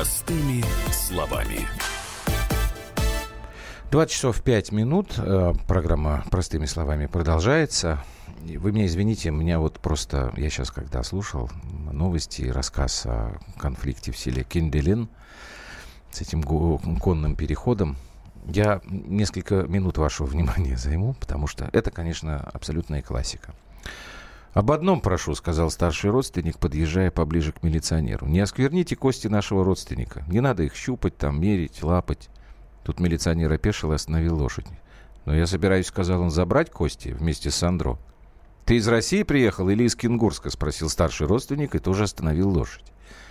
Простыми словами. 20 часов 5 минут. Программа «Простыми словами» продолжается. Вы меня извините, меня вот просто... Я сейчас, когда слушал новости и рассказ о конфликте в селе Кинделин с этим конным переходом, я несколько минут вашего внимания займу, потому что это, конечно, абсолютная классика. «Об одном прошу», — сказал старший родственник, подъезжая поближе к милиционеру. «Не оскверните кости нашего родственника. Не надо их щупать, там, мерить, лапать». Тут милиционер опешил и остановил лошадь. «Но я собираюсь», — сказал он, — «забрать кости вместе с Сандро». «Ты из России приехал или из Кенгурска?» — спросил старший родственник и тоже остановил лошадь.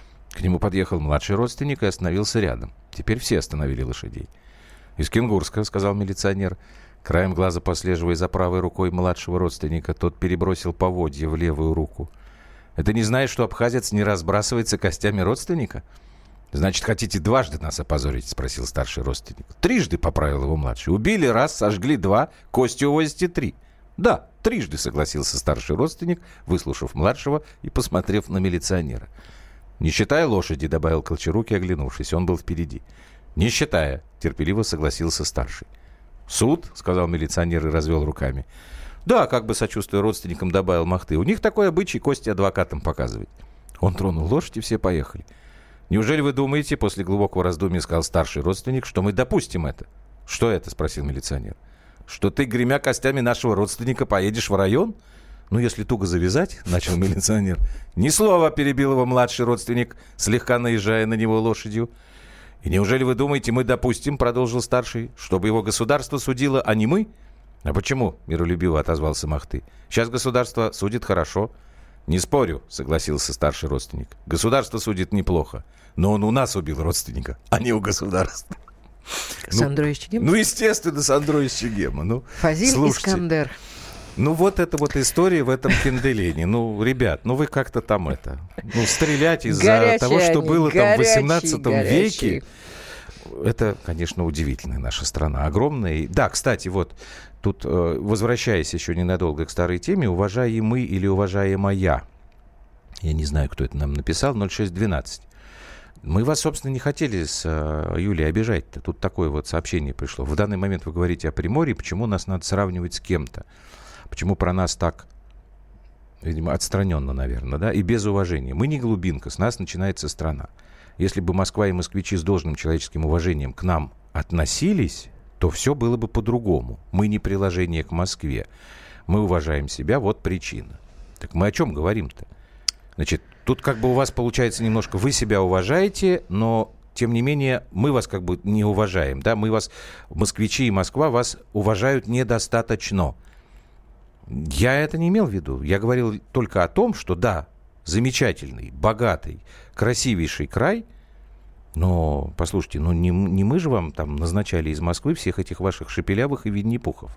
К нему подъехал младший родственник и остановился рядом. Теперь все остановили лошадей. «Из Кенгурска», — сказал милиционер. Краем глаза послеживая за правой рукой младшего родственника, тот перебросил поводья в левую руку. «Это не знаешь, что абхазец не разбрасывается костями родственника?» «Значит, хотите дважды нас опозорить?» — спросил старший родственник. «Трижды», — поправил его младший. «Убили раз, сожгли два, кости увозите три». «Да, трижды», — согласился старший родственник, выслушав младшего и посмотрев на милиционера. «Не считая лошади», — добавил Колчарук, оглянувшись. Он был впереди. «Не считая», — терпеливо согласился старший. «Суд», — сказал милиционер и развел руками. «Да», — как бы сочувствуя родственникам, добавил Махты. «У них такой обычай кости адвокатам показывать». Он тронул лошадь, и все поехали. «Неужели вы думаете, — после глубокого раздумья сказал старший родственник, — что мы допустим это?» «Что это?» — спросил милиционер. «Что ты, гремя костями нашего родственника, поедешь в район?» «Ну, если туго завязать, — начал милиционер. — Ни слова, — перебил его младший родственник, слегка наезжая на него лошадью. «И неужели вы думаете, мы допустим, — продолжил старший, — чтобы его государство судило, а не мы?» «А почему?» — миролюбиво отозвался Махты. «Сейчас государство судит хорошо». «Не спорю», — согласился старший родственник. «Государство судит неплохо. Но он у нас убил родственника, а не у государства». Сандро из Чегема? Ну, естественно, Сандро из Чегема. Ну, Фазиль слушайте. Искандер. Ну, вот эта вот история в этом Кинделине. Ну, ребят, ну вы как-то там это... Ну, стрелять из-за того, что было там в 18 веке... Это, конечно, удивительная наша страна. Огромная. Да, кстати, вот тут, возвращаясь еще ненадолго к старой теме, уважаемый или уважаемая, я не знаю, кто это нам написал, 0612. Мы вас, собственно, не хотели с Юлей обижать-то. Тут такое вот сообщение пришло. В данный момент вы говорите о Приморье, почему нас надо сравнивать с кем-то? Почему про нас так, видимо, отстраненно, наверное, да? И без уважения. Мы не глубинка, с нас начинается страна. Если бы Москва и москвичи с должным человеческим уважением к нам относились, то все было бы по-другому. Мы не приложение к Москве. Мы уважаем себя, вот причина. Так мы о чем говорим-то? Значит, тут как бы у вас получается немножко, вы себя уважаете, но, тем не менее, мы вас как бы не уважаем. Да? Мы вас, москвичи и Москва, вас уважают недостаточно. Я это не имел в виду. Я говорил только о том, что да, замечательный, богатый, красивейший край, но, послушайте, ну не мы же вам там назначали из Москвы всех этих ваших шепелявых и Винни-Пухов.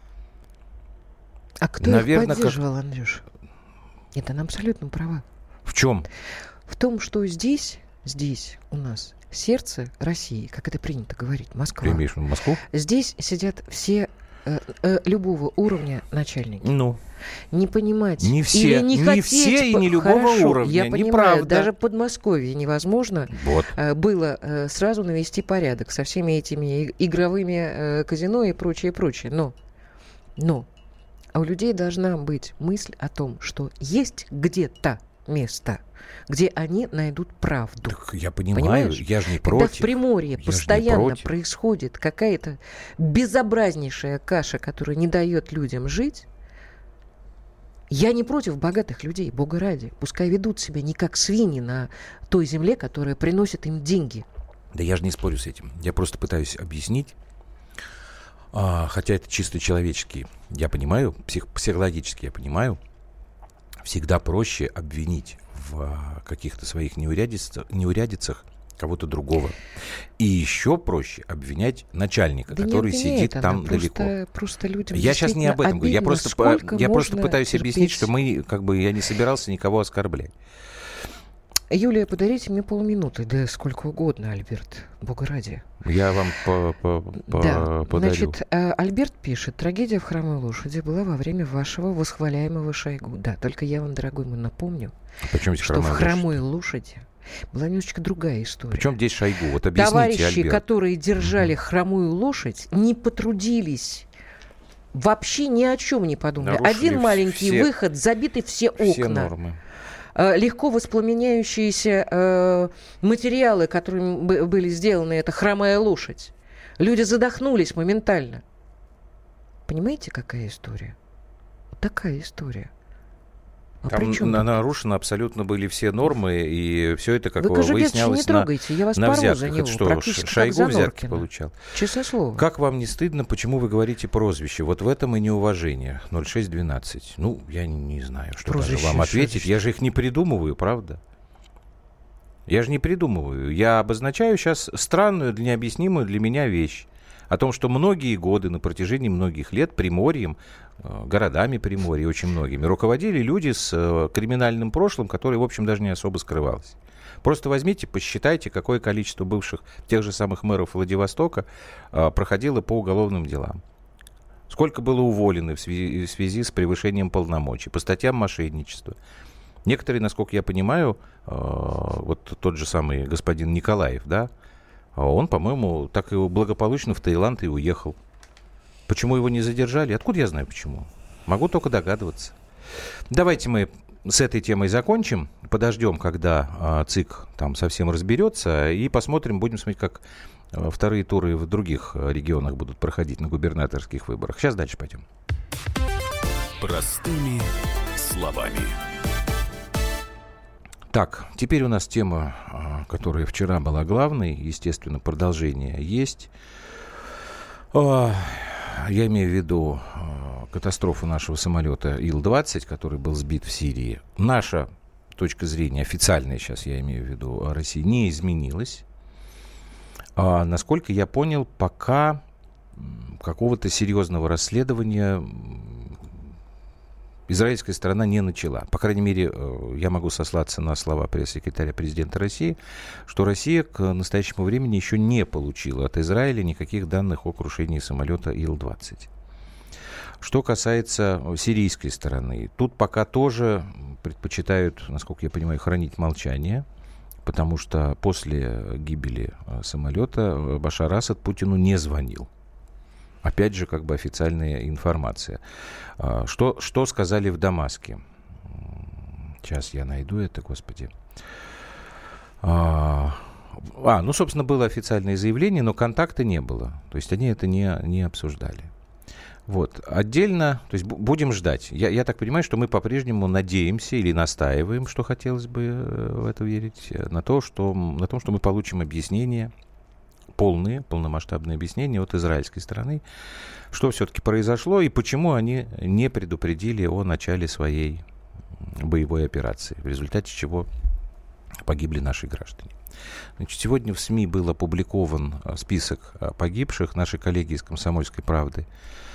А кто их поддерживал, Андрюш? Это она абсолютно права. В чем? В том, что здесь у нас сердце России, как это принято говорить, Москва. Ты имеешь в виду Москву? Здесь сидят все любого уровня начальники. Ну. Не понимать не все, или не хотеть... все и не любого Хорошо, уровня. Я понимаю, неправда. даже в Подмосковье невозможно было сразу навести порядок со всеми этими игровыми казино и прочее, прочее. Но а у людей должна быть мысль о том, что есть где-то место, где они найдут правду. Так я понимаю, понимаешь? Я же не Когда против. в Приморье постоянно происходит какая-то безобразнейшая каша, которая не дает людям жить, я не против богатых людей, бога ради. Пускай ведут себя не как свиньи на той земле, которая приносит им деньги. Да я же не спорю с этим. Я просто пытаюсь объяснить, хотя это чисто человечески. Я понимаю, психологически я понимаю, всегда проще обвинить в каких-то своих неурядицах кого-то другого. И еще проще обвинять начальника, который сидит там далеко. Просто людям я сейчас не об этом говорю. Я просто пытаюсь терпеть. Объяснить, что мы, я не собирался никого оскорблять. Юлия, подарите мне полминуты, да сколько угодно, Альберт, бога ради. Я вам подарю. Значит, Альберт пишет, трагедия в Хромой лошади была во время вашего восхваляемого Шойгу. Да, только я вам, дорогой мой, напомню, что в Хромой лошади была немножечко другая история. Причем здесь Шойгу? Вот объясните, товарищи, Альберт. которые держали хромую лошадь, не потрудились. Вообще ни о чем не подумали. Нарушили один маленький выход, забиты все окна. Нормы. Легко воспламеняющиеся материалы, которыми были сделаны, это хромая лошадь. Люди задохнулись моментально. Понимаете, какая история? Вот такая история. Там нарушены абсолютно были все нормы, и все это, как вы выяснялось, не трогайте, я вас на порву взятках. за него, что, практически Шойгу как за взятки Норкина. Получал? Честное слово. Как вам не стыдно, почему вы говорите прозвище? Вот в этом и неуважение. 0612. Ну, я не знаю, что прозвище, даже вам ответить. Я же их не придумываю, правда? Я же не придумываю. Я обозначаю сейчас странную, необъяснимую для меня вещь. О том, что многие годы, на протяжении многих лет Приморьем, городами Приморья, очень многими, руководили люди с криминальным прошлым, которое, в общем, даже не особо скрывалось. Просто возьмите, посчитайте, какое количество бывших тех же самых мэров Владивостока проходило по уголовным делам. Сколько было уволено в связи с превышением полномочий, по статьям мошенничества. Некоторые, насколько я понимаю, вот тот же самый господин Николаев, да, он, по-моему, так и благополучно в Таиланд и уехал. Почему его не задержали? Откуда я знаю почему? Могу только догадываться. Давайте мы с этой темой закончим, подождем, когда ЦИК там совсем разберется, и посмотрим, будем смотреть, как вторые туры в других регионах будут проходить на губернаторских выборах. Сейчас дальше пойдем. Простыми словами. Так, теперь у нас тема, которая вчера была главной, естественно, продолжение есть. Я имею в виду катастрофу нашего самолета Ил-20, который был сбит в Сирии. Наша точка зрения, официальная сейчас, я имею в виду, России, не изменилась. Насколько я понял, пока какого-то серьезного расследования израильская сторона не начала. По крайней мере, я могу сослаться на слова пресс-секретаря президента России, что Россия к настоящему времени еще не получила от Израиля никаких данных о крушении самолета Ил-20. Что касается сирийской стороны, тут пока тоже предпочитают, насколько я понимаю, хранить молчание, потому что после гибели самолета Башар Асад Путину не звонил. Опять же, как бы официальная информация. Что сказали в Дамаске? Сейчас я найду это, господи. Собственно, было официальное заявление, но контакта не было. То есть они это не обсуждали. Вот. Отдельно, то есть будем ждать. Я так понимаю, что мы по-прежнему надеемся или настаиваем, что хотелось бы в это верить, на том, что мы получим объяснение, полномасштабные объяснения от израильской стороны, что все-таки произошло и почему они не предупредили о начале своей боевой операции, в результате чего погибли наши граждане. Значит, сегодня в СМИ был опубликован список погибших. Наши коллеги из «Комсомольской правды»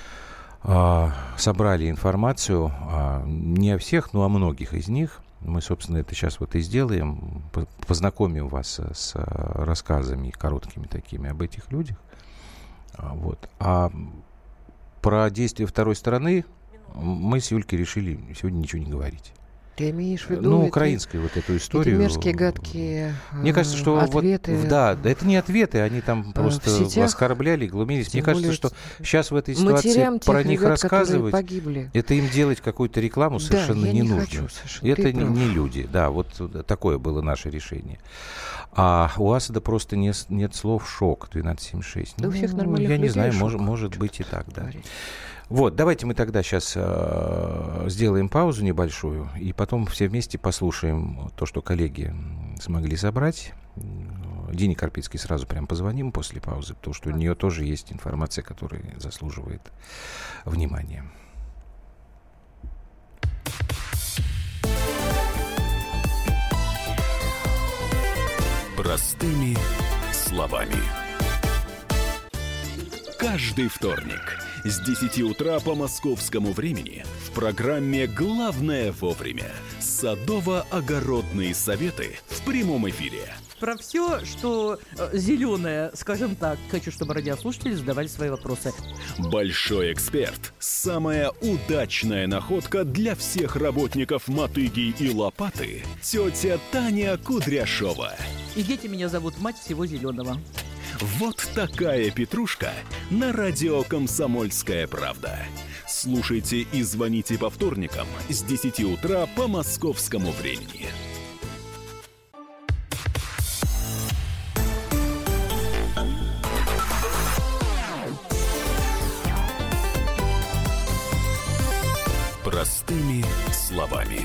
собрали информацию не о всех, но о многих из них. Мы, собственно, это сейчас вот и сделаем. Познакомим вас с рассказами короткими такими об этих людях. Вот. А про действия второй стороны мы с Юлькой решили сегодня ничего не говорить. Ты имеешь в виду украинскую вот эту историю. Эти мерзкие, гадкие Мне кажется, что ответы. Да, это не ответы, они там просто оскорбляли, глумились. Мне кажется, что сейчас в этой ситуации про них рассказывать, это им делать какую-то рекламу совершенно не нужно. Это не люди. Да, вот такое было наше решение. А у Асада просто нет слов «шок» 1276. Да у всех нормальных я не людей знаю, может быть и так, да. Вот, давайте мы тогда сейчас сделаем паузу небольшую, и потом все вместе послушаем то, что коллеги смогли собрать. Дине Карпицкой сразу прям позвоним после паузы, потому что у нее тоже есть информация, которая заслуживает внимания. Простыми словами. Каждый вторник с 10 утра по московскому времени в программе «Главное вовремя» садово-огородные советы в прямом эфире. про все, что зеленое, скажем так. Хочу, чтобы радиослушатели задавали свои вопросы. Большой эксперт. Самая удачная находка для всех работников «Мотыги» и «Лопаты» – тетя Таня Кудряшова. И дети меня зовут мать всего зеленого. Вот такая петрушка на радио «Комсомольская правда». Слушайте и звоните по вторникам с 10 утра по московскому времени. Простыми словами.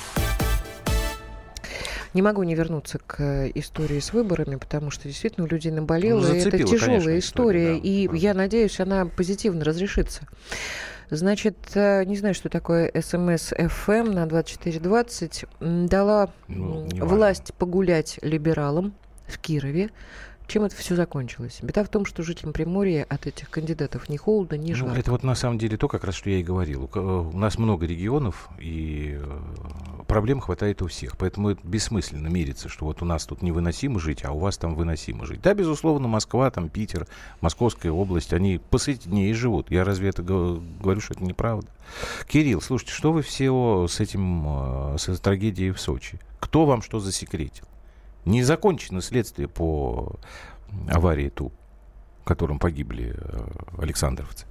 Не могу не вернуться к истории с выборами, потому что действительно у людей наболело. И это тяжелая конечно, история, да, и я надеюсь, она позитивно разрешится. Значит, не знаю, что такое СМС-ФМ на 2420 дала власть погулять либералам в Кирове. Чем это все закончилось? Беда в том, что жителям Приморья от этих кандидатов ни холодно, ни жарко. Это вот на самом деле то, как раз, что я и говорил. У нас много регионов, и проблем хватает у всех. Поэтому это бессмысленно мириться, что вот у нас тут невыносимо жить, а у вас там выносимо жить. Да, безусловно, Москва, там Питер, Московская область, они посытнее живут. Я разве это говорю, что это неправда? Кирилл, слушайте, что вы все с этим, с трагедией в Сочи? Кто вам что засекретил? Не закончено следствие по аварии ТУ, в котором погибли александровцы.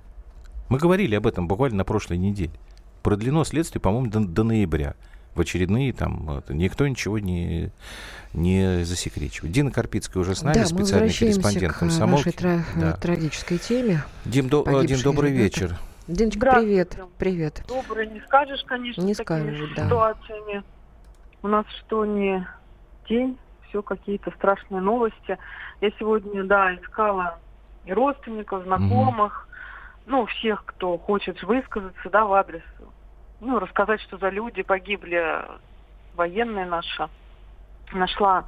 Мы говорили об этом буквально на прошлой неделе. Продлено следствие, по-моему, до ноября. В очередные там никто ничего не засекречивает. Дина Карпицкая уже с нами, специальный корреспондент «Комсомолки». Да, мы возвращаемся к нашей трагической теме. Дим, добрый вечер. Диночка, привет. Привет. Добрый, не скажешь, конечно, не с такими скажешь, да. ситуациями. У нас что не день, все какие-то страшные новости. Я сегодня, искала и родственников, знакомых, всех, кто хочет высказаться, в адрес, рассказать, что за люди погибли военные наши. Нашла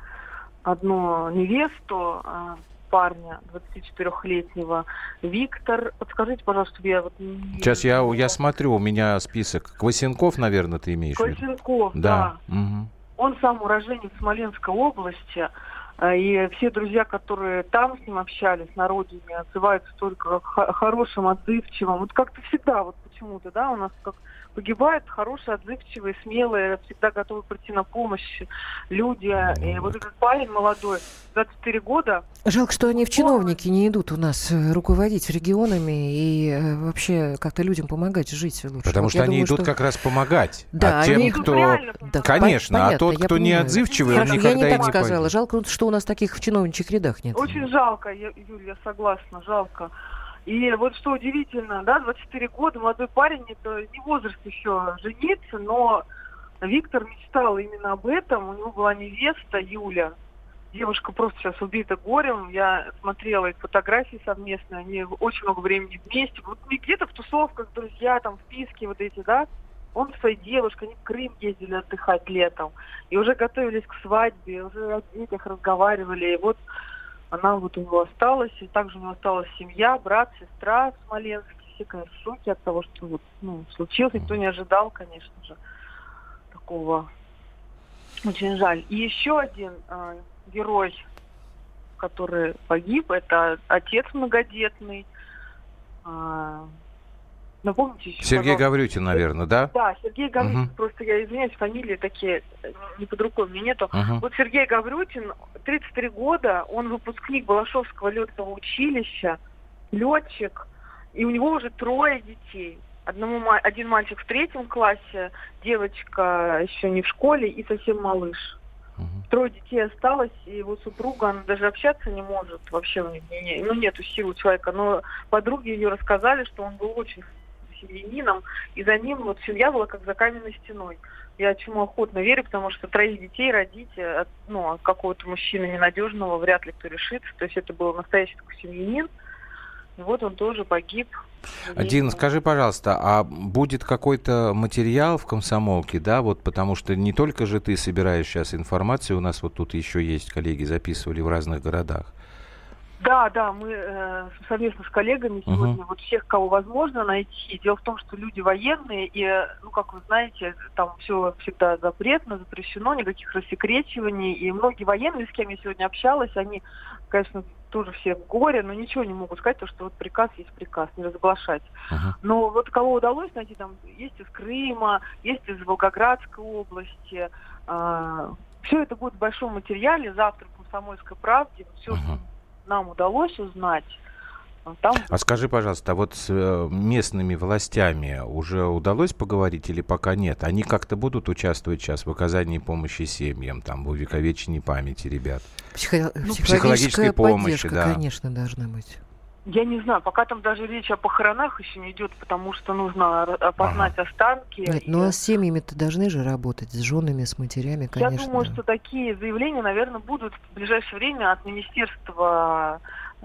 одну невесту парня, 24-летнего, Виктор. Подскажите, пожалуйста, я вот... Сейчас я смотрю, у меня список. Квасенков, наверное, ты имеешь в виду? Квасенков, да. Угу. Он сам уроженец Смоленской области, и все друзья, которые там с ним общались на родине, отзываются только хорошим, отзывчивым. Вот как-то всегда, вот почему-то, у нас как погибают хорошие, отзывчивые, смелые, всегда готовы прийти на помощь люди. И вот этот парень молодой, 24 года... Жалко, что они в чиновники не идут у нас руководить регионами и вообще как-то людям помогать жить лучше. Потому что они идут как раз помогать. Да, а тем, кто... Конечно, понятно, а тот, кто не отзывчивый, он никогда и не пойдет. Я не так сказала. Жалко, что у нас таких в чиновничьих рядах нет. Очень жалко, Юль, я согласна, жалко. И вот что удивительно, 24 года, молодой парень, это не возраст еще жениться, но Виктор мечтал именно об этом. У него была невеста Юля. Девушка просто сейчас убита горем. Я смотрела их фотографии совместные, они очень много времени вместе. Вот где-то в тусовках, друзья, там, вписки вот эти, Он со своей девушкой, они в Крым ездили отдыхать летом. И уже готовились к свадьбе, уже о детях разговаривали. И вот она вот у него осталась, и также у него осталась семья, брат, сестра в Смоленске. Все, конечно, в шоке от того, что случилось. Никто не ожидал, конечно же, такого. Очень жаль. И еще один герой, который погиб, это отец многодетный. Напомните еще, Сергей Гаврютин, наверное, да? Да, Сергей Гаврютин. Просто я извиняюсь, фамилии такие не под рукой у меня нету. Вот Сергей Гаврютин, 33 года, он выпускник Балашовского летного училища, летчик, и у него уже 3 детей. Один мальчик в 3 классе, девочка еще не в школе и совсем малыш. 3 детей осталось, и его супруга, она даже общаться не может, вообще у них нету сил у человека. Но подруги ее рассказали, что он был очень семьянином, и за ним семья была как за каменной стеной. Я чему охотно верю, потому что 3 детей родить от какого-то мужчины ненадежного вряд ли кто решится. То есть это был настоящий такой семьянин. И вот он тоже погиб. Дина, скажи, пожалуйста, а будет какой-то материал в «Комсомолке», потому что не только же ты собираешь сейчас информацию, у нас вот тут еще есть коллеги, записывали в разных городах. Да, мы совместно с коллегами сегодня вот всех, кого возможно найти. Дело в том, что люди военные, и, как вы знаете, там все всегда запрещено, никаких рассекречиваний. И многие военные, с кем я сегодня общалась, они, конечно, тоже все в горе, но ничего не могут сказать, потому что вот приказ есть приказ, не разглашать. Но вот кого удалось найти, там есть из Крыма, есть из Волгоградской области. Все это будет в большом материале, завтра в «Комсомольской правде». Все, что нам удалось узнать. Там... А скажи, пожалуйста, а вот с местными властями уже удалось поговорить или пока нет? Они как-то будут участвовать сейчас в оказании помощи семьям, там, в увековечении памяти ребят? Психологическая помощи, да. Конечно, должна быть. Я не знаю, пока там даже речь о похоронах еще не идет, потому что нужно опознать останки. Нет, ну а с семьями-то должны же работать, с женами, с матерями, конечно. Я думаю, что такие заявления, наверное, будут в ближайшее время от министерства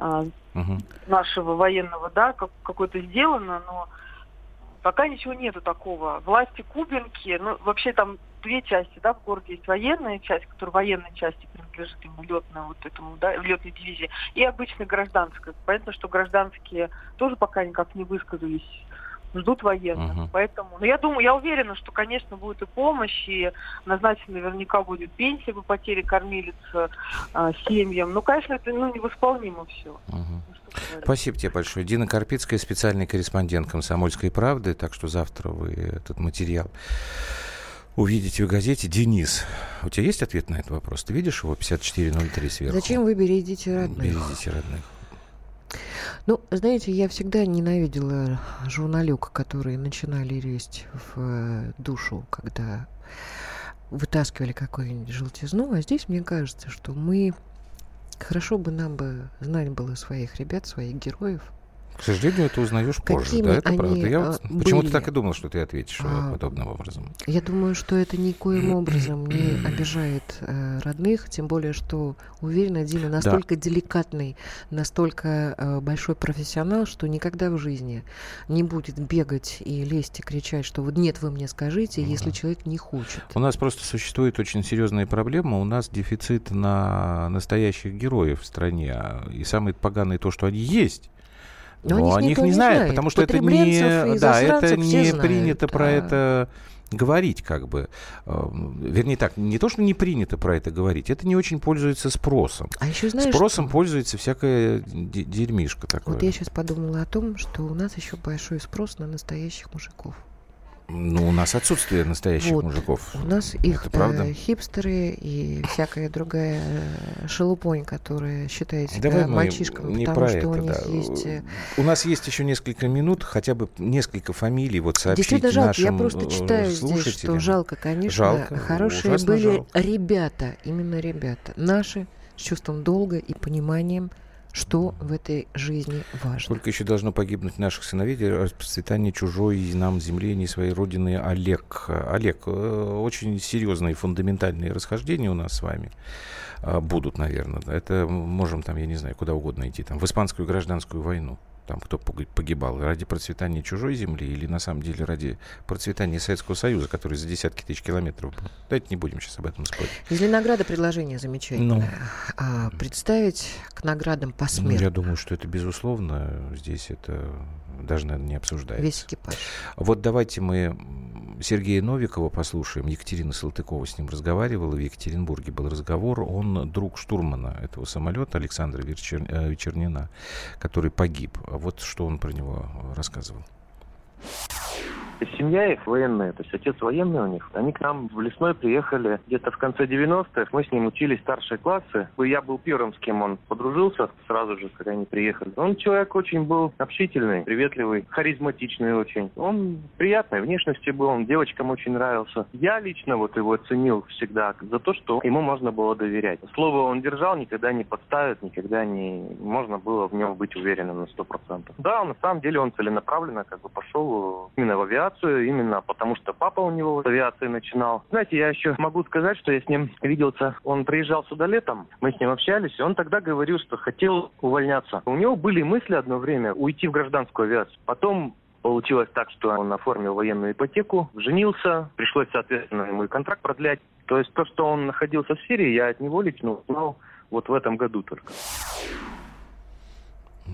нашего военного, да, какое-то сделано, но пока ничего нету такого. Власти Кубинки, вообще там две части, да, в городе есть военная часть, которая военной части принадлежит ему летной дивизии, и обычная гражданская. Понятно, что гражданские тоже пока никак не высказались, ждут военных. Поэтому, я уверена, что, конечно, будет и помощь, и назначена наверняка будет пенсия по потере кормилиц семьям. Конечно, это невосполнимо все. Спасибо тебе большое. Дина Карпицкая, специальный корреспондент «Комсомольской правды», так что завтра вы этот материал увидите в газете. Денис, у тебя есть ответ на этот вопрос? Ты видишь его 5403 сверху? Зачем вы бередите родных? Бередите родных. Знаете, я всегда ненавидела журналюк, которые начинали лезть в душу, когда вытаскивали какую-нибудь желтизну. А здесь, мне кажется, что хорошо бы нам знать было своих ребят, своих героев. К сожалению, это узнаешь позже, да, это правда. Я почему-то так и думал, что ты ответишь подобным образом. Я думаю, что это никоим образом не обижает родных, тем более, что, уверена, Дима настолько деликатный, настолько большой профессионал, что никогда в жизни не будет бегать и лезть и кричать, что вот нет, вы мне скажите, если человек не хочет. У нас просто существует очень серьезная проблема, у нас дефицит на настоящих героев в стране, и самое поганое то, что они есть. Но они их не знают, потому что это не принято про это говорить, как бы. Вернее так, не то, что не принято про это говорить, это не очень пользуется спросом. А еще знаешь, спросом пользуется всякая дерьмишка такое. Вот я сейчас подумала о том, что у нас еще большой спрос на настоящих мужиков. У нас отсутствие настоящих мужиков. У нас их хипстеры и всякая другая шелупонь, которая считает себя мальчишками, потому что у них есть... У нас есть еще несколько минут, хотя бы несколько фамилий сообщить действительно жалко. Нашим Я просто читаю здесь, что жалко, конечно. Хорошие были ребята, именно ребята. Наши, с чувством долга и пониманием, что в этой жизни важно. Сколько еще должно погибнуть наших сыновей для расцветания чужой нам земли, не своей родины, Олег. Олег, очень серьезные фундаментальные расхождения у нас с вами будут, наверное. Это можем там, я не знаю, куда угодно идти. Там, в испанскую гражданскую войну. Там кто погибал ради процветания чужой земли или на самом деле ради процветания Советского Союза, который за десятки тысяч километров был. Давайте не будем сейчас об этом спорить. Из Ленограда предложение замечательное. Представить к наградам посмертно. Я думаю, что это безусловно. Здесь это даже, наверное, не обсуждается. Весь экипаж. Вот давайте мы Сергея Новикова послушаем. Екатерина Салтыкова с ним разговаривала. В Екатеринбурге был разговор. Он друг штурмана этого самолета Александра Вечернина, который погиб. Вот что он про него рассказывал. Семья их военная, то есть отец военный у них. Они к нам в Лесной приехали где-то в конце 90-х. Мы с ним учились старшие классы. Я был первым, с кем он подружился сразу же, когда они приехали. Он человек очень был общительный, приветливый, харизматичный очень. Он приятной внешности был, он девочкам очень нравился. Я лично его ценил всегда за то, что ему можно было доверять. Слово он держал, никогда не подставит, никогда не можно было в нем быть уверенным на 100%. Да, на самом деле он целенаправленно пошел именно в авиацию, именно потому что папа у него в авиации начинал. Знаете, я еще могу сказать, что я с ним виделся. Он приезжал сюда летом, мы с ним общались, и он тогда говорил, что хотел увольняться. У него были мысли одно время уйти в гражданскую авиацию. Потом получилось так, что он оформил военную ипотеку, женился, пришлось, соответственно, ему и контракт продлять. То есть то, что он находился в Сирии, я от него лично узнал вот в этом году только.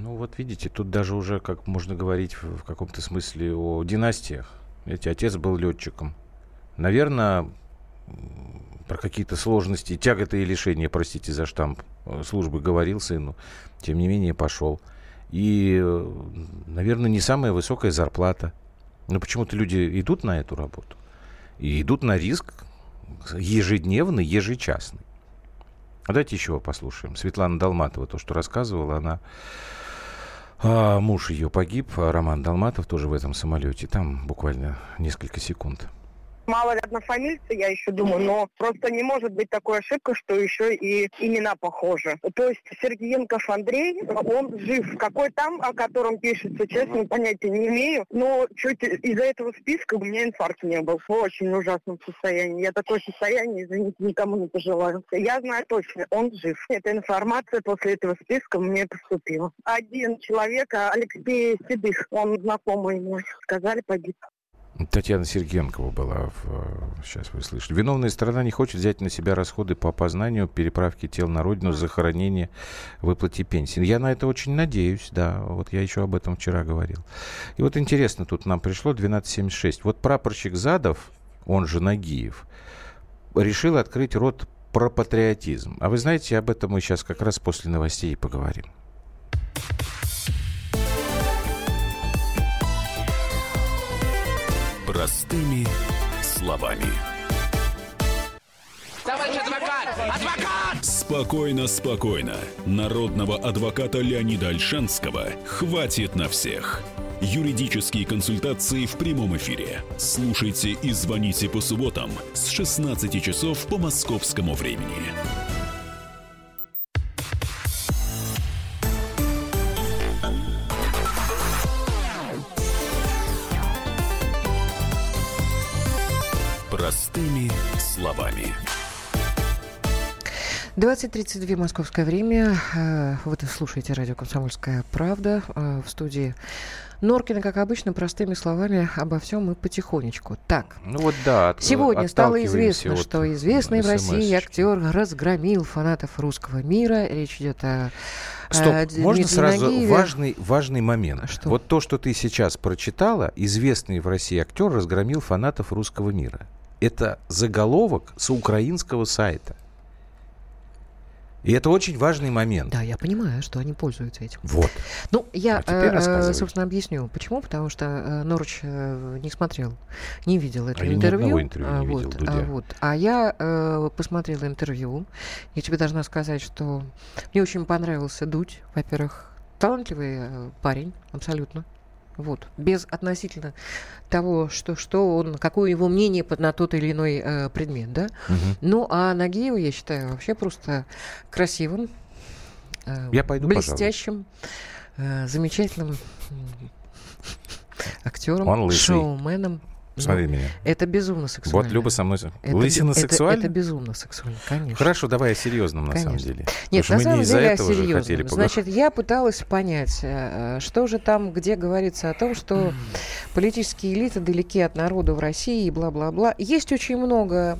Ну вот видите, тут даже уже, как можно говорить в каком-то смысле о династиях. Видите, отец был летчиком. Наверное, про какие-то сложности, тяготы и лишения, простите за штамп, службы говорил сыну. Тем не менее, пошел. И, наверное, не самая высокая зарплата. Но почему-то люди идут на эту работу. И идут на риск ежедневный, ежечасный. А давайте еще послушаем. Светлана Долматова, то, что рассказывала, она... муж ее погиб, Роман Долматов, тоже в этом самолете. Там буквально несколько секунд. Мало ли однофамильцы, я еще думаю, но просто не может быть такой ошибка, что еще и имена похожи. То есть Сергеенков Андрей, он жив. Какой там, о котором пишется, честно, понятия не имею. Но чуть из-за этого списка у меня инфаркт не был. В очень ужасном состоянии. Я такое состояние, извините, никому не пожелаю. Я знаю точно, он жив. Эта информация после этого списка мне поступила. Один человек, Алексей Седых, он знакомый мой, сказали, погиб. Татьяна Сергенкова была, сейчас вы слышали. Виновная сторона не хочет взять на себя расходы по опознанию, переправке тел на родину, захоронение, выплате пенсии. Я на это очень надеюсь, да. Вот я еще об этом вчера говорил. И вот интересно, тут нам пришло 1276. Вот прапорщик Задов, он же Нагиев, решил открыть рот про патриотизм. А вы знаете, об этом мы сейчас как раз после новостей поговорим. Простыми словами. Товарищ адвокат! Адвокат! Спокойно, спокойно. Народного адвоката Леонида Ольшанского хватит на всех. Юридические консультации в прямом эфире. Слушайте и звоните по субботам с 16 часов по московскому времени. Простыми словами. 20:32 московское время. Вы слушаете радио «Комсомольская правда». В студии Норкина, как обычно, простыми словами обо всем и потихонечку. Так, ну вот да, сегодня стало известно, что известный в России актер разгромил фанатов русского мира. Речь идет о... Стоп, можно сразу Нагиеве. важный момент. Что? Вот то, что ты сейчас прочитала, известный в России актер разгромил фанатов русского мира. Это заголовок с украинского сайта. И это очень важный момент. Да, я понимаю, что они пользуются этим. Вот. Ну, я, рассказывай. собственно, объясню, почему. Потому что Норыч не смотрел, не видел это я интервью. Ни одного интервью не видел, Дудя. А я посмотрела интервью. Я тебе должна сказать, что мне очень понравился Дудь. Во-первых, талантливый парень, абсолютно. Вот. Без относительно того, что он, какое его мнение на тот или иной предмет, да? Угу. Ну, а Нагиева, я считаю, вообще просто красивым, я пойду, блестящим, замечательным актером, шоуменом. Смотри меня. Это безумно сексуально. Вот Люба со мной... Лысина сексуально? Это безумно сексуально, конечно. Хорошо, давай о серьезном, на самом деле. Нет, на самом деле о серьезном. Же Значит, я пыталась понять, что же там, где говорится о том, что политические элиты далеки от народа в России и бла-бла-бла. Есть очень много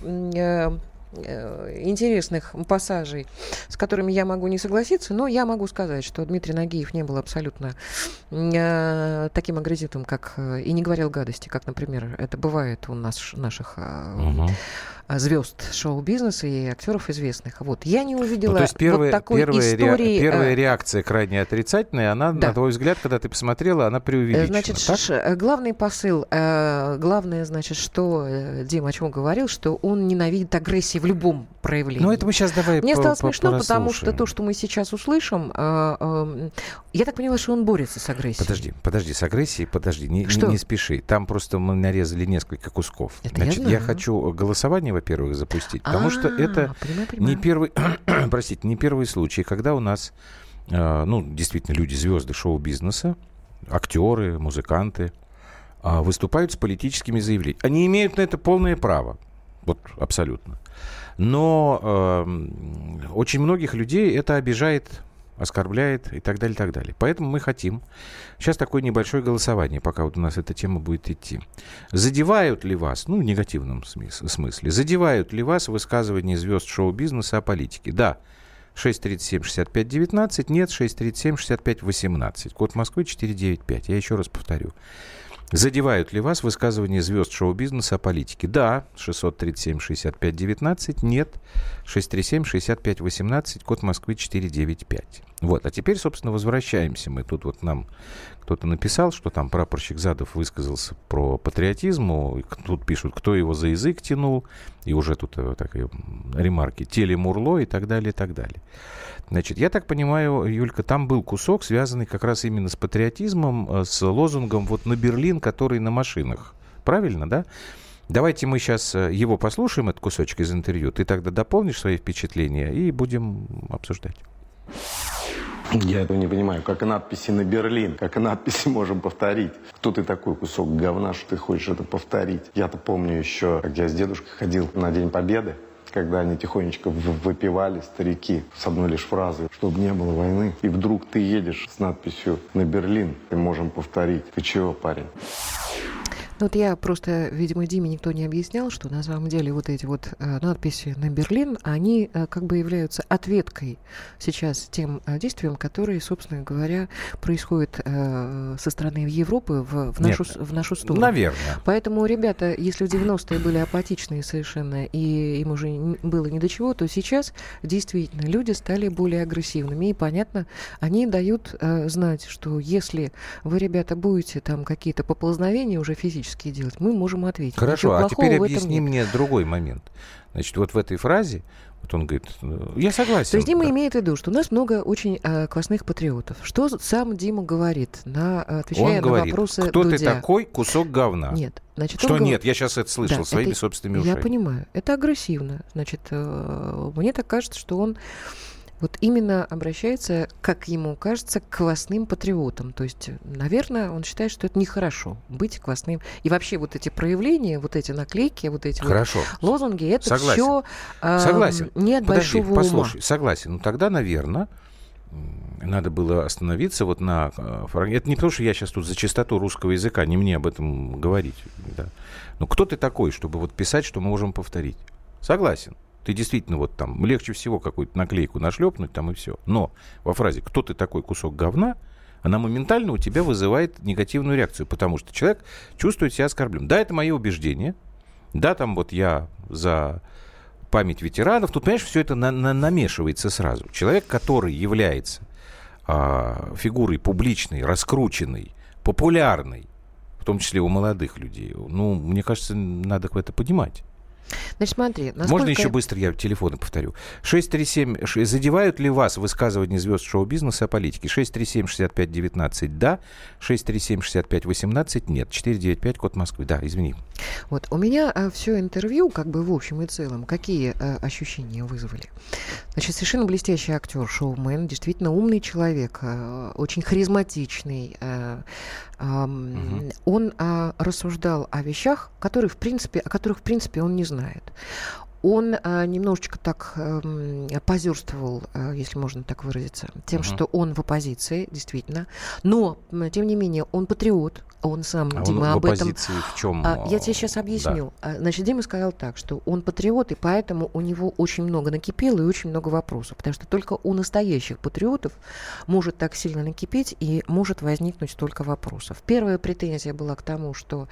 интересных пассажей, с которыми я могу не согласиться, но я могу сказать, что Дмитрий Нагиев не был абсолютно таким агрессивным, как и не говорил гадости, как, например, это бывает у наших звезд шоу-бизнеса и актеров известных. Вот. Я не увидела то есть вот такой истории. Первая реакция крайне отрицательная, она, да. На твой взгляд, когда ты посмотрела, она преувеличена. Значит, главный посыл, главное, значит, что Дима о чем говорил, что он ненавидит агрессии в любом проявлении. Ну, это мы сейчас давай Мне стало смешно, потому что то, что мы сейчас услышим, я так поняла, что он борется с агрессией. Подожди, с агрессией, не спеши. Там просто мы нарезали несколько кусков. Это значит, я хочу голосование, во-первых, запустить, потому что это не первый, простите, не первый случай, когда у нас, действительно, люди, звезды шоу-бизнеса, актеры, музыканты, выступают с политическими заявлениями. Они имеют на это полное право. Вот, абсолютно. Но очень многих людей это обижает, оскорбляет и так далее, и так далее. Поэтому мы хотим сейчас такое небольшое голосование, пока вот у нас эта тема будет идти. Задевают ли вас, в негативном смысле, задевают ли вас высказывания звезд шоу-бизнеса о политике? Да, 637-65-19, нет, 637-65-18. Код Москвы 495. Я еще раз повторю. Задевают ли вас высказывания звезд шоу-бизнеса о политике? Да, 637-65-19, нет, 637-65-18, код Москвы 495. Вот, а теперь, собственно, возвращаемся мы. Тут вот нам кто-то написал, что там прапорщик Задов высказался про патриотизм. Тут пишут, кто его за язык тянул. И уже тут такие ремарки. Телемурло и так далее, и так далее. Значит, я так понимаю, Юлька, там был кусок, связанный как раз именно с патриотизмом, с лозунгом вот на Берлин, который на машинах. Правильно, да? Давайте мы сейчас его послушаем, этот кусочек из интервью. Ты тогда дополнишь свои впечатления и будем обсуждать. Я этого не понимаю. Как и надписи на Берлин, как и надписи можем повторить. Кто ты такой, кусок говна, что ты хочешь это повторить? Я-то помню еще, как я с дедушкой ходил на День Победы, когда они тихонечко выпивали, старики, с одной лишь фразой, чтобы не было войны. И вдруг ты едешь с надписью на Берлин, и можем повторить. Ты чего, парень? Ну, вот я просто, видимо, Диме никто не объяснял, что на самом деле вот эти вот надписи на Берлин, они как бы являются ответкой сейчас тем действиям, которые, собственно говоря, происходят со стороны Европы в нашу сторону. Наверное. Поэтому, ребята, если в 90-е были апатичные совершенно, и им уже было ни до чего, то сейчас действительно люди стали более агрессивными. И, понятно, они дают знать, что если вы, ребята, будете там какие-то поползновения уже физически делать, мы можем ответить. Хорошо, а теперь объясни мне другой момент. Значит, вот в этой фразе, вот он говорит, я согласен. То есть Дима имеет в виду, что у нас много очень классных патриотов. Что сам Дима говорит, отвечая он говорит, на вопросы кто Дудя? Ты такой, кусок говна? Нет. Значит, что нет? Я сейчас это слышал, да, своими собственными ушами. Я понимаю. Это агрессивно. Значит, мне так кажется, что он вот именно обращается, как ему кажется, к квасным патриотам. То есть, наверное, он считает, что это нехорошо быть квасным. И вообще вот эти проявления, вот эти наклейки, вот эти вот лозунги, это все не от большого ума. Послушай, согласен. Ну тогда, наверное, надо было остановиться вот на... Это не потому, что я сейчас тут за чистоту русского языка, не мне об этом говорить. Да. Но кто ты такой, чтобы вот писать, что мы можем повторить? Согласен. Ты действительно вот там легче всего какую-то наклейку нашлепнуть там и все. Но во фразе «кто ты такой, кусок говна?» она моментально у тебя вызывает негативную реакцию, потому что человек чувствует себя оскорбленным. Да, это мое убеждение. Да, там вот я за память ветеранов. Тут, понимаешь, все это намешивается сразу. Человек, который является фигурой публичной, раскрученной, популярной, в том числе у молодых людей, ну, мне кажется, надо это понимать. Значит, смотри, насколько... Можно еще быстро я телефоны повторю? 637... Задевают ли вас высказывания звезд шоу-бизнеса о политике? 637-65-19 да, 637-65-18 нет, 495 код Москвы. Да, извини. Вот, у меня все интервью, как бы в общем и целом, какие ощущения вызвали? Значит, совершенно блестящий актер, шоумен, действительно умный человек, очень харизматичный. Он рассуждал о вещах, о которых, в принципе, он не знает. Он немножечко так позерствовал, если можно так выразиться, тем, что он в оппозиции, действительно. Но, тем не менее, он патриот. Он сам, Дима, об этом... в чем? Я тебе сейчас объясню. Да. Значит, Дима сказал так, что он патриот, и поэтому у него очень много накипело и очень много вопросов. Потому что только у настоящих патриотов может так сильно накипеть и может возникнуть столько вопросов. Первая претензия была к тому, что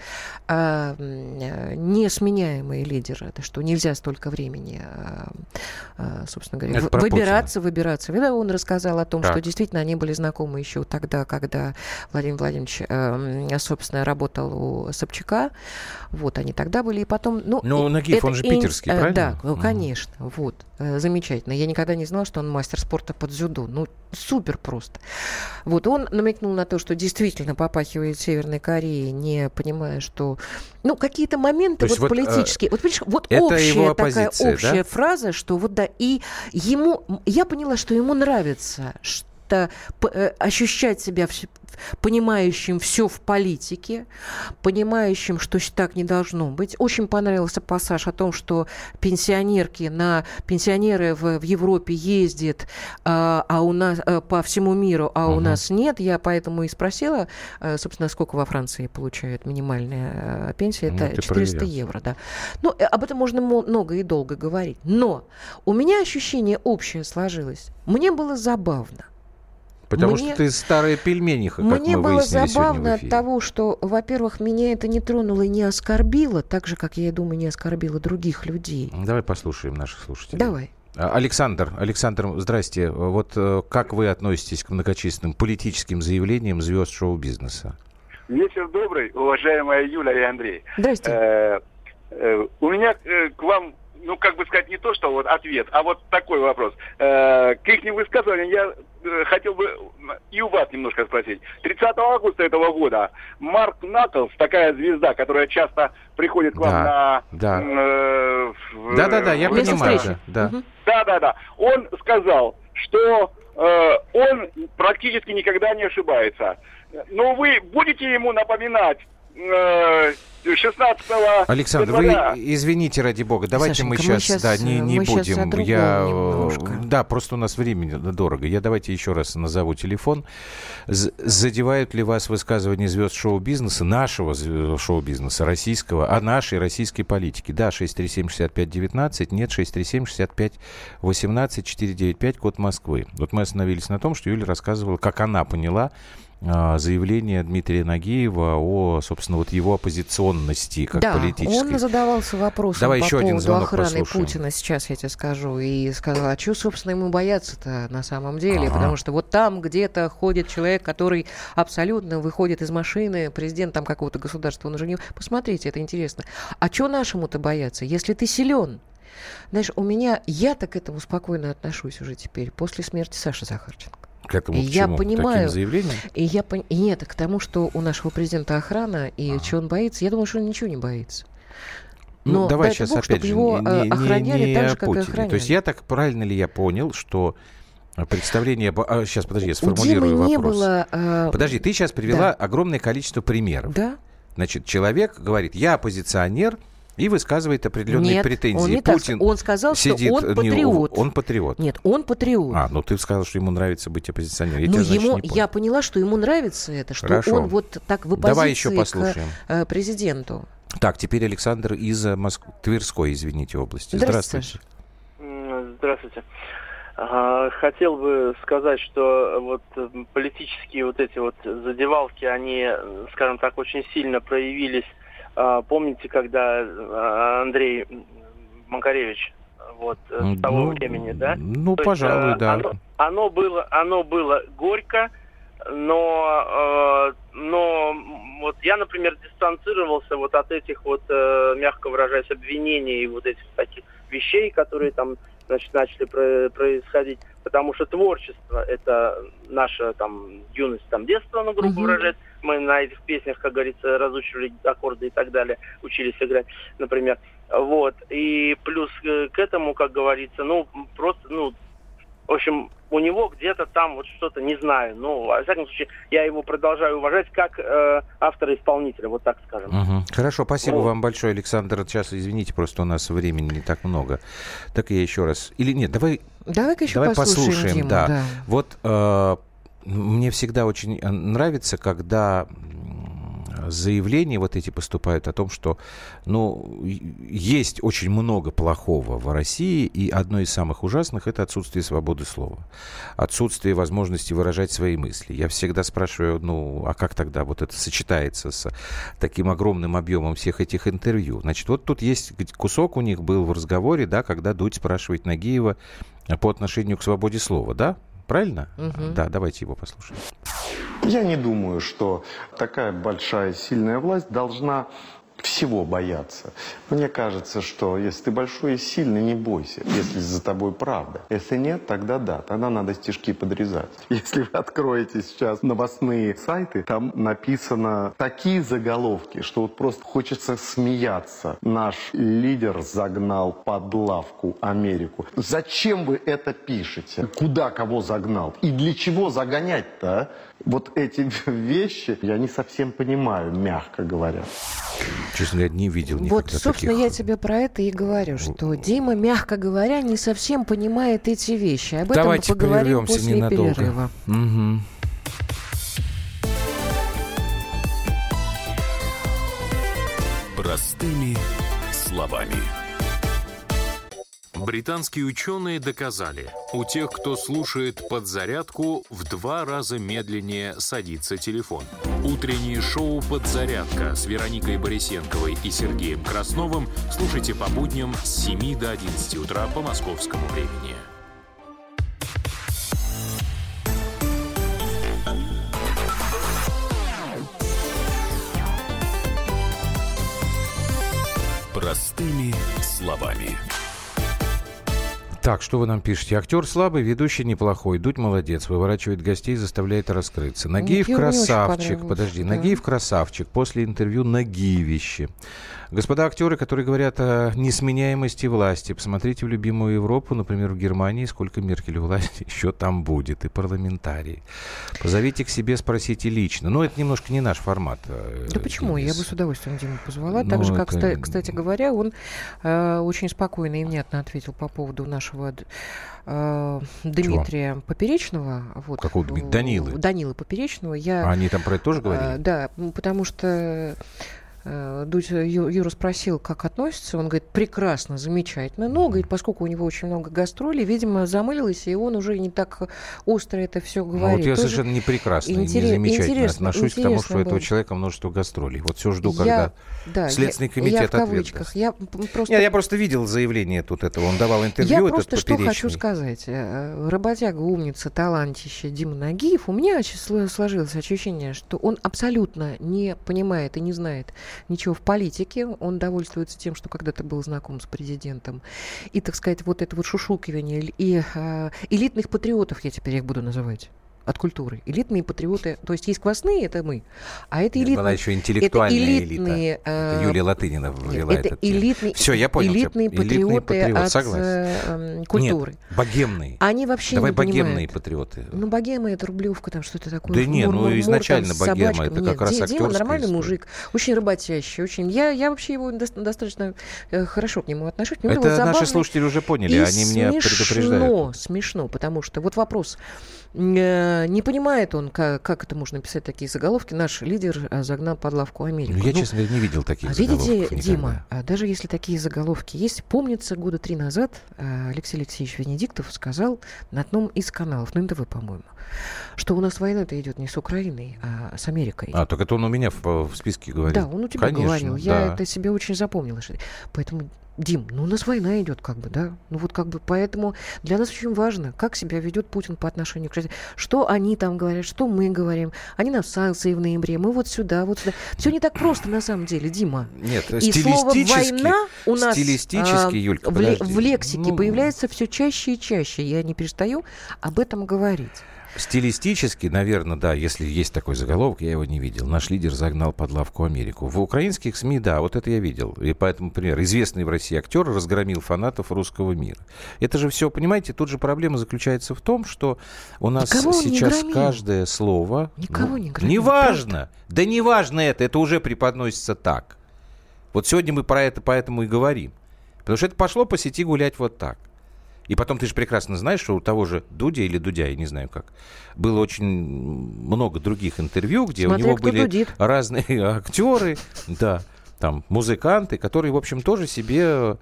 несменяемый лидер, это что нельзя столько времени, собственно говоря, выбираться. Когда он рассказал о том, что действительно они были знакомы еще тогда, когда Владимир Владимирович собственно, работал у Собчака. Вот, они тогда были. И потом... Нагиев, он же питерский, правильно? Да, конечно. Вот, замечательно. Я никогда не знала, что он мастер спорта по дзюдо. Ну, супер просто. Вот, он намекнул на то, что действительно попахивает Северной Кореей, не понимая, что... Ну, какие-то моменты вот политические. Вот, понимаешь, вот общая такая фраза, что вот да, и ему... Я поняла, что ему нравится, как-то ощущать себя понимающим все в политике, понимающим, что так не должно быть. Очень понравился пассаж о том, что пенсионеры в Европе ездят а у нас по всему миру, а у нас нет. Я поэтому и спросила, собственно, сколько во Франции получают минимальная пенсия. Это 400 евро. Да. Ну, об этом можно много и долго говорить. Но у меня ощущение общее сложилось. Мне было забавно. Потому что ты старая пельмениха, как мне мы было выяснили забавно сегодня в эфире. от того, что, во-первых, меня это не тронуло и не оскорбило, так же, как, я думаю, не оскорбило других людей. Давай послушаем наших слушателей. Давай. Александр, здрасте. Вот как вы относитесь к многочисленным политическим заявлениям звезд шоу-бизнеса? Вечер добрый, уважаемая Юля и Андрей. Здрасте. У меня к вам, как бы сказать, не то, что вот ответ, а вот такой вопрос. К их высказываниям я хотел бы и у вас немножко спросить. 30 августа этого года Марк Наклз, такая звезда, которая часто приходит к вам я понимаю. Да. Он сказал, что он практически никогда не ошибается. Но вы будете ему напоминать 16-го... Александр, февраля. вы извините, ради бога, давайте Сашенька, мы сейчас не будем. Да, просто у нас времени дорого. Я давайте еще раз назову телефон. Задевают ли вас высказывания звезд шоу-бизнеса, нашего шоу-бизнеса, российского, о нашей российской политике? Да, 637-65-19, нет, 637-65-18, 495, код Москвы. Вот мы остановились на том, что Юля рассказывала, как она поняла заявление Дмитрия Нагиева о, собственно, вот его оппозиционности как политической. Да, он задавался вопросом Давай по еще один поводу звонок охраны послушаем. Путина, сейчас я тебе скажу, и сказал, а что, собственно, ему бояться-то на самом деле, потому что вот там где-то ходит человек, который абсолютно выходит из машины, президент там какого-то государства, он уже не... Посмотрите, это интересно. А что нашему-то бояться, если ты силен? Знаешь, я так к этому спокойно отношусь уже теперь, после смерти Саши Захарченко. К этому, я понимаю, таким заявлениям? Нет, к тому, что у нашего президента охрана, и чего он боится, я думаю, что он ничего не боится. Но давай сейчас Бог, опять же его охраняли так же, как и охраняли. То есть правильно ли я понял, что представление... Сейчас, подожди, я сформулирую вопрос. Не было, Подожди, ты сейчас привела огромное количество примеров. Да. Значит, человек говорит, я оппозиционер, и высказывает определенные претензии. Он не Путин он сказал, сидит, что он патриот. Он патриот. Нет, он патриот. Ты сказал, что ему нравится быть оппозиционером. Я поняла, что ему нравится это, что Хорошо. он вот так в оппозиции Давай еще послушаем. К президенту. Так, теперь Александр из Тверской, области. Здравствуйте. Здравствуйте. Хотел бы сказать, что вот политические вот эти вот задевалки, они, скажем так, очень сильно проявились. Помните, когда Андрей Макаревич с того времени, да? То пожалуй, есть, да. Оно было горько, но вот я, например, дистанцировался вот от этих вот, мягко выражаясь, обвинений и вот этих таких вещей, которые там, значит, начали происходить, потому что творчество — это наша там юность, там детство, грубо выражаясь. Мы на этих песнях, как говорится, разучивали аккорды и так далее, учились играть, например. Вот. И плюс к этому, как говорится, в общем, у него где-то там вот что-то, не знаю, во всяком случае, я его продолжаю уважать как автора-исполнителя, вот так скажем. Хорошо, спасибо вам большое, Александр. Сейчас, извините, просто у нас времени не так много. Так я еще раз... Или нет, давай послушаем. Диму, да. Вот мне всегда очень нравится, когда заявления вот эти поступают о том, что есть очень много плохого в России, и одно из самых ужасных — это отсутствие свободы слова, отсутствие возможности выражать свои мысли. Я всегда спрашиваю, а как тогда вот это сочетается с таким огромным объемом всех этих интервью? Значит, вот тут есть кусок у них был в разговоре, да, когда Дудь спрашивает Нагиева по отношению к свободе слова, да? Правильно? Да, давайте его послушаем. Я не думаю, что такая большая, сильная власть должна всего боятся. Мне кажется, что если ты большой и сильный, не бойся, если за тобой правда. Если нет, тогда да, тогда надо стишки подрезать. Если вы откроете сейчас новостные сайты, там написано такие заголовки, что вот просто хочется смеяться. Наш лидер загнал под лавку Америку. Зачем вы это пишете? Куда кого загнал? И для чего загонять-то, а? Вот эти вещи я не совсем понимаю, мягко говоря. Честно говоря, не видел никогда таких. Вот, собственно, я тебе про это и говорю, что Дима, мягко говоря, не совсем понимает эти вещи. Об этом мы поговорим после перерыва. Угу. Простыми словами. Британские ученые доказали, у тех, кто слушает подзарядку, в 2 раза медленнее садится телефон. Утреннее шоу «Подзарядка» с Вероникой Борисенковой и Сергеем Красновым слушайте по будням с 7 до 11 утра по московскому времени. Простыми словами. Так, что вы нам пишете? Актер слабый, ведущий неплохой. Дудь молодец, выворачивает гостей, заставляет раскрыться. Нагиев красавчик. Подожди, да. Нагиев красавчик. После интервью Нагиевище. Господа актеры, которые говорят о несменяемости власти, посмотрите в любимую Европу, например, в Германии, сколько Меркель власти еще там будет, и парламентарии. Позовите к себе, спросите лично. Но это немножко не наш формат. Да почему? Я бы с удовольствием Диму позвала. Так же, как, кстати говоря, он очень спокойно и внятно ответил по поводу нашего Дмитрия Чего? Поперечного. Вот, какого Дмитрия? Данилы Поперечного. Они там про это тоже говорили? Да, потому что Дудь Юра спросил, как относится. Он говорит, прекрасно, замечательно. Но, говорит, поскольку у него очень много гастролей, видимо, замылилось, и он уже не так остро это все говорит. Вот я совершенно не прекрасно и не замечательно отношусь к тому, что у этого человека множество гастролей. Вот все жду, когда Следственный комитет ответ даст. Я просто видел заявление тут этого. Он давал интервью. Я просто что хочу сказать. Работяга, умница, талантище Дима Нагиев. У меня сложилось ощущение, что он абсолютно не понимает и не знает ничего в политике. Он довольствуется тем, что когда-то был знаком с президентом. И, так сказать, вот это вот шушукивание и элитных патриотов, я теперь их буду называть, от культуры. Элитные патриоты, то есть есть квасные, это мы, а это элитные... Была еще интеллектуальная элита. Юлия Латынина ввела этот термин. Все, я понял. Элитные патриоты от культуры. Нет, богемные. Они вообще Давай не понимают. богемные патриоты. Ну, богема — это Рублевка, там что-то такое. Да нет, изначально богема, это как раз актерская Дима нормальный история. мужик, очень работящий, очень... Я вообще его достаточно хорошо к нему отношусь. Это наши слушатели уже поняли, они меня предупреждают. Смешно, потому что вот вопрос... Не понимает он, как это можно писать такие заголовки. Наш лидер загнал под лавку Америку. Я, честно говоря, не видел таких заголовков. Видите, Дима, даже если такие заголовки есть, помнится, 3 года назад Алексей Алексеевич Венедиктов сказал на одном из каналов, на НТВ, по-моему, что у нас война-то идет не с Украиной, а с Америкой. Так это он у меня в списке говорил. Да, он у тебя говорил. Я это себе очень запомнила. Поэтому... Дим, у нас война идет, да? Поэтому для нас очень важно, как себя ведет Путин по отношению к России. Что они там говорят, что мы говорим. Они нам санкции в ноябре, мы вот сюда. Все не так просто на самом деле, Дима. Нет, и слово «война» у нас Юлька, в лексике появляется все чаще и чаще. Я не перестаю об этом говорить. Стилистически, наверное, да, если есть такой заголовок, я его не видел. Наш лидер загнал под лавку Америку. В украинских СМИ, да, вот это я видел. И поэтому, например, известный в России актер разгромил фанатов русского мира. Это же все, понимаете, тут же проблема заключается в том, что у нас сейчас каждое слово... Никого не громил. Неважно. Да неважно это уже преподносится так. Вот сегодня мы про это поэтому и говорим. Потому что это пошло по сети гулять вот так. И потом ты же прекрасно знаешь, что у того же Дудя или Дудя, я не знаю как, было очень много других интервью, где у него были дудит. Разные актеры, да, там музыканты, которые, в общем, тоже себе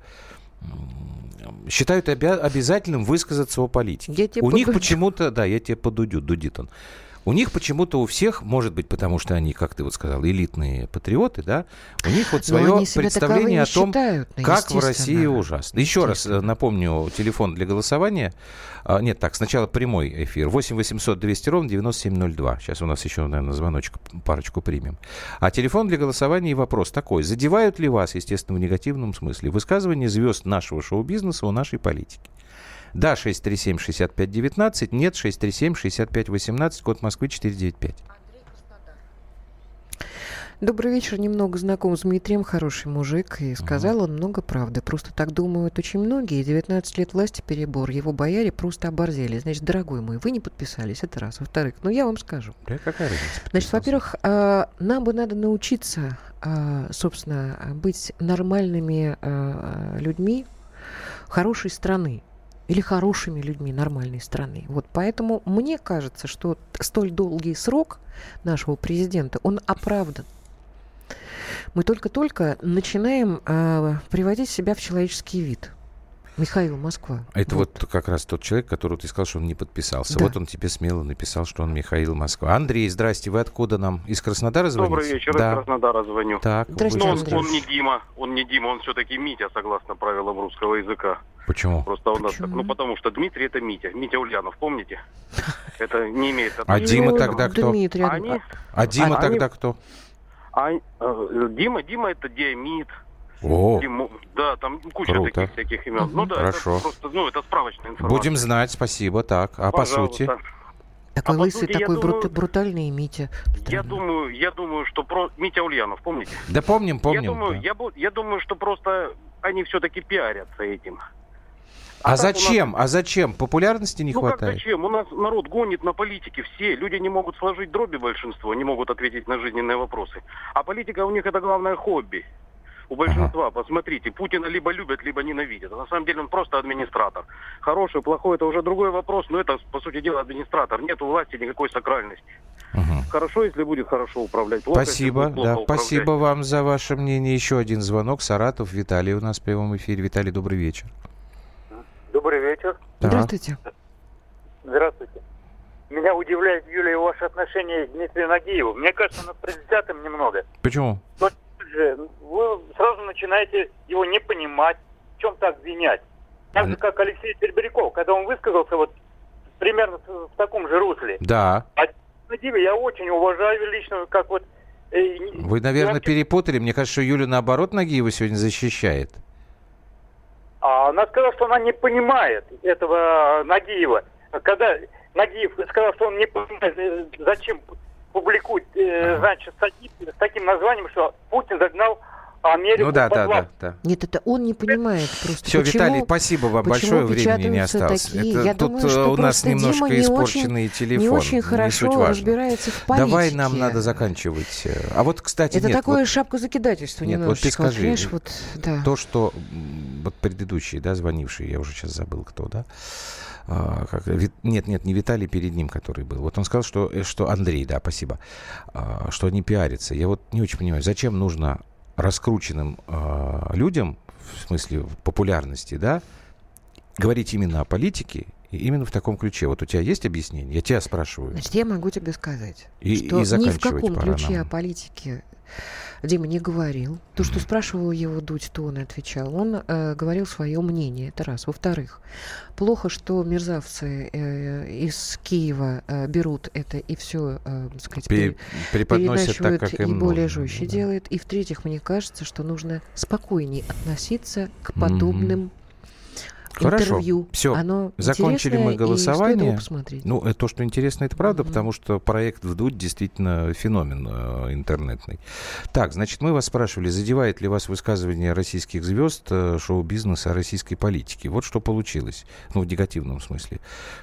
считают обязательным высказаться о политике. У них почему-то, да, я тебе подудю, дудит он. У них почему-то у всех, может быть, потому что они, как ты вот сказал, элитные патриоты, да, у них вот свое представление о том, как в России ужасно. Еще раз напомню, телефон для голосования. Нет, так, сначала прямой эфир. 8 800 200 ровно 9702. Сейчас у нас еще, наверное, звоночек парочку примем. А телефон для голосования и вопрос такой. Задевают ли вас, естественно, в негативном смысле, высказывания звезд нашего шоу-бизнеса о нашей политике? Да, 637-65-19, нет, 637-65-18, код Москвы 495. Добрый вечер. Немного знаком с Дмитрием, хороший мужик, и сказал он много правды. Просто так думают очень многие. 19 лет власти перебор. Его бояре просто оборзели. Значит, дорогой мой, вы не подписались, это раз. Во-вторых, я вам скажу. Да, какая разница? Значит, во-первых, нам бы надо научиться, собственно, быть нормальными людьми хорошей страны. Или хорошими людьми нормальной страны. Вот поэтому мне кажется, что столь долгий срок нашего президента, он оправдан. Мы только-только начинаем приводить себя в человеческий вид. Михаил, Москва. Это вот как раз тот человек, которого ты сказал, что он не подписался. Да. Вот он тебе смело написал, что он Михаил, Москва. Андрей, здрасте, вы откуда нам? Из Краснодара звоните? Добрый вечер, да. Из Краснодара звоню. Так, он не Дима, он все-таки Митя, согласно правилам русского языка. Почему? Просто у нас потому что Дмитрий это Митя. Митя Ульянов, помните? Это не имеет отношения. А Дима тогда кто? Дима тогда кто? Дима это Диамид. О, да, там куча таких всяких имен. Ну да, хорошо. Это просто, это справочная информация. Будем знать, спасибо. Так, а пожалуйста. по сути? Такой лысый, такой брутальный Митя. Я думаю, что Митя Ульянов, помните? Да помним. Я думаю, что просто они все-таки пиарятся этим. А зачем? Популярности не хватает? Как зачем? У нас народ гонит на политике. Все люди не могут сложить дроби большинство, не могут ответить на жизненные вопросы. А политика у них это главное хобби. У большинства, посмотрите, Путина либо любят, либо ненавидят. А на самом деле он просто администратор. Хороший, плохой, это уже другой вопрос, но это, по сути дела, администратор. Нет у власти никакой сакральности. Хорошо, если будет хорошо управлять. Плохо, спасибо, спасибо вам за ваше мнение. Еще один звонок. Саратов, Виталий у нас в прямом эфире. Виталий, добрый вечер. Добрый вечер. Да. Здравствуйте. Здравствуйте. Меня удивляет, Юлия, ваше отношение к Дмитрию Нагиеву. Мне кажется, он предвзятым немного. Почему? Вы сразу начинаете его не понимать, в чем-то обвинять. Так же, как Алексей Серебряков, когда он высказался вот примерно в таком же русле. Да. А Нагиева я очень уважаю лично, как вот... Вы, наверное, перепутали. Мне кажется, что Юля, наоборот, Нагиева сегодня защищает. А она сказала, что она не понимает этого Нагиева. Когда Нагиев сказал, что он не понимает, зачем публикует, значит, статьи с таким названием, что Путин загнал Америку под власть. Нет, это он не понимает просто. Все, Виталий, спасибо вам большое, времени не осталось. Тут у нас немножко Дима испорченный телефон. Не очень хорошо разбирается в политике. Давай, нам надо заканчивать. А вот, кстати, это такое шапкозакидательство немножечко. Вот ты скажи, да. То, что вот предыдущий, звонивший, я уже сейчас забыл, кто, да? Нет, не Виталий, перед ним, который был. Вот он сказал, что Андрей, да, спасибо, что они пиарятся. Я вот не очень понимаю, зачем нужно раскрученным людям, в смысле популярности, да, говорить именно о политике, и именно в таком ключе. Вот у тебя есть объяснение? Я тебя спрашиваю. Значит, я могу тебе сказать, что ни в каком ключе о политике Дима не говорил. То, что спрашивал его Дудь, то он отвечал. Он говорил свое мнение. Это раз. Во-вторых, плохо, что мерзавцы из Киева берут это и все, переподносят так, как им и более нужно, жестче делают. И в-третьих, мне кажется, что нужно спокойнее относиться к подобным интервью. Все, закончили мы голосование. То, что интересно, это правда, потому что проект «Вдудь» действительно феномен интернетный. Так, значит, мы вас спрашивали, задевает ли вас высказывание российских звезд шоу-бизнеса о российской политике. Вот что получилось, в негативном смысле.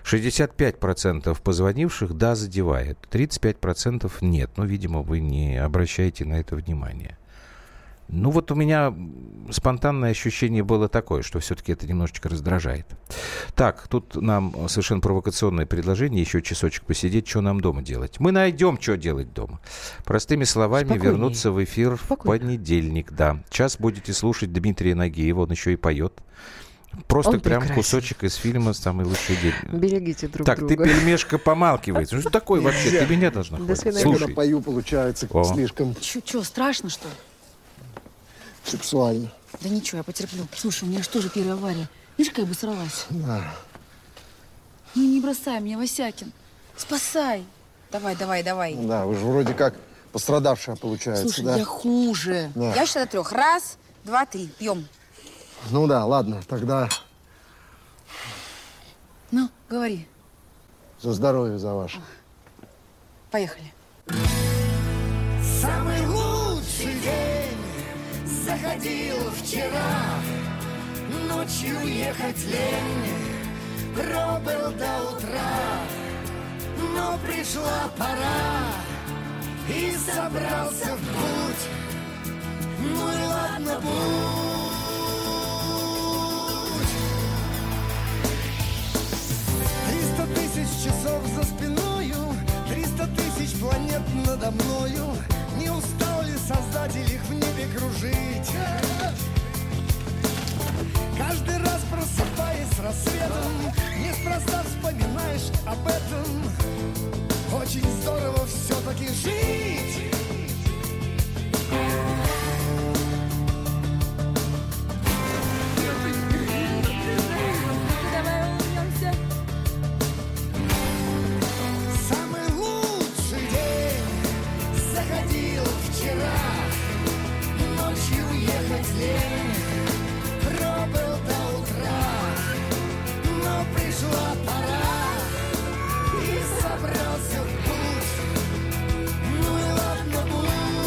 65% позвонивших, да, задевает. 35% нет. Видимо, вы не обращаете на это внимания. Вот у меня спонтанное ощущение было такое, что все-таки это немножечко раздражает. Так, тут нам совершенно провокационное предложение, еще часочек посидеть, что нам дома делать. Мы найдем, что делать дома. Простыми словами, вернуться в эфир в понедельник. Да. Час будете слушать Дмитрия Нагиева, он еще и поет. Просто Он прям прекрасен. Кусочек из фильма «Самый лучший день». Берегите друг так, друга. ты, пельмешка, помалкиваешь. Ну что такое вообще? Ты меня должна До хвалить. свидания. Слушай. Когда пою, получается слишком Чё, страшно, что ли? сексуально. Да ничего, я потерплю. Слушай, у меня что же первая авария? Видишь, как я бы сорвалась? Да. Ну не бросай меня, Васякин. Спасай. Давай. Да, вы же вроде как пострадавшая получается, Слушай, да? я хуже. Да. Я считаю до 3. 1, 2, 3. Пьем. Ну да, ладно, тогда Ну, говори. за здоровье за ваше. Поехали. Самый лучший день заходил вчера. Ночью ехать лень, пробыл до утра. Но пришла пора, и собрался в путь. Ну и ладно, будь. 300 тысяч часов за спиною, 300 тысяч планет надо мною. Не устал ли Создатель их в небе кружить? Каждый раз просыпаясь с рассветом, неспроста вспоминаешь об этом. Очень здорово все-таки жить. Давай улыбнемся. Самый лучший день заходил вчера. Ночью ехать лень, пробыл до утра. Но пришла пора, и собрался в путь. Ну и ладно, будь.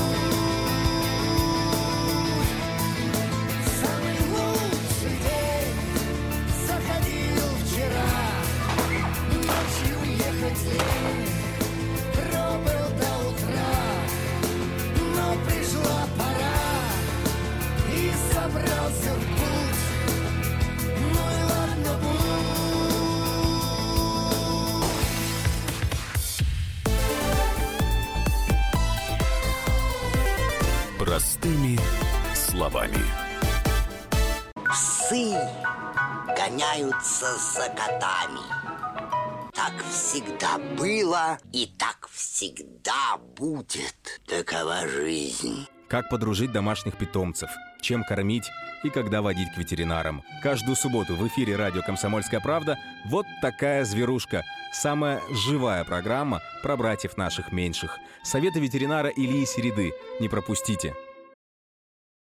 Самый лучший день заходил вчера. Ночью ехать лень, пробыл до утра. Но пришла пора, и собрался в путь. Ну и ладно, будь. Простыми словами. Псы гоняются за котами. Так всегда было и так всегда будет. Такова жизнь. Как подружить домашних питомцев, чем кормить и когда водить к ветеринарам. Каждую субботу в эфире радио «Комсомольская правда» вот такая зверушка. Самая живая программа про братьев наших меньших. Советы ветеринара Ильи Середы. Не пропустите.